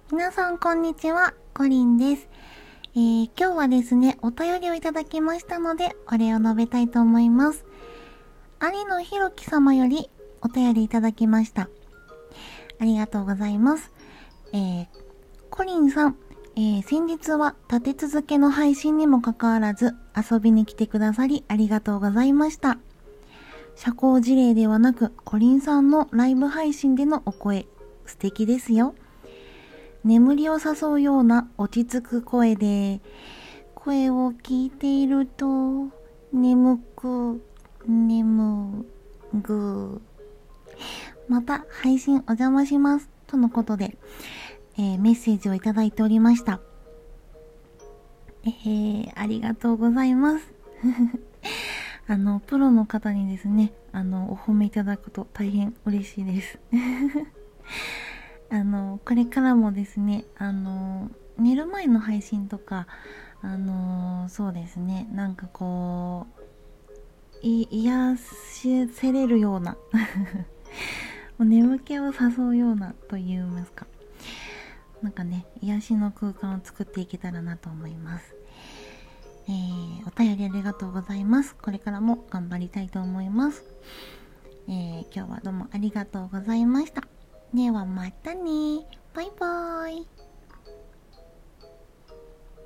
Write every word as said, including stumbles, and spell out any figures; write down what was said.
皆さんこんにちは、コリンです。えー、今日はですね、お便りをいただきましたので、お礼を述べたいと思います。有野ひろき様よりお便りいただきました。ありがとうございます。えー、コリンさん、えー、先日は立て続けの配信にもかかわらず遊びに来てくださりありがとうございました。社交辞令ではなく、コリンさんのライブ配信でのお声、素敵ですよ。眠りを誘うような落ち着く声で、声を聞いていると、眠く、眠ぐ。また配信お邪魔します。とのことで、えー、メッセージをいただいておりました。えー、ありがとうございます。あの、プロの方にですね、あの、お褒めいただくと大変嬉しいです。あの、これからもですね、あの、寝る前の配信とか、あの、そうですね、なんかこう、い、癒せれるような、眠気を誘うようなと言いますか。なんかね、癒しの空間を作っていけたらなと思います。えー、お便りありがとうございます。これからも頑張りたいと思います。えー、今日はどうもありがとうございました。ではまたね。バイバーイ。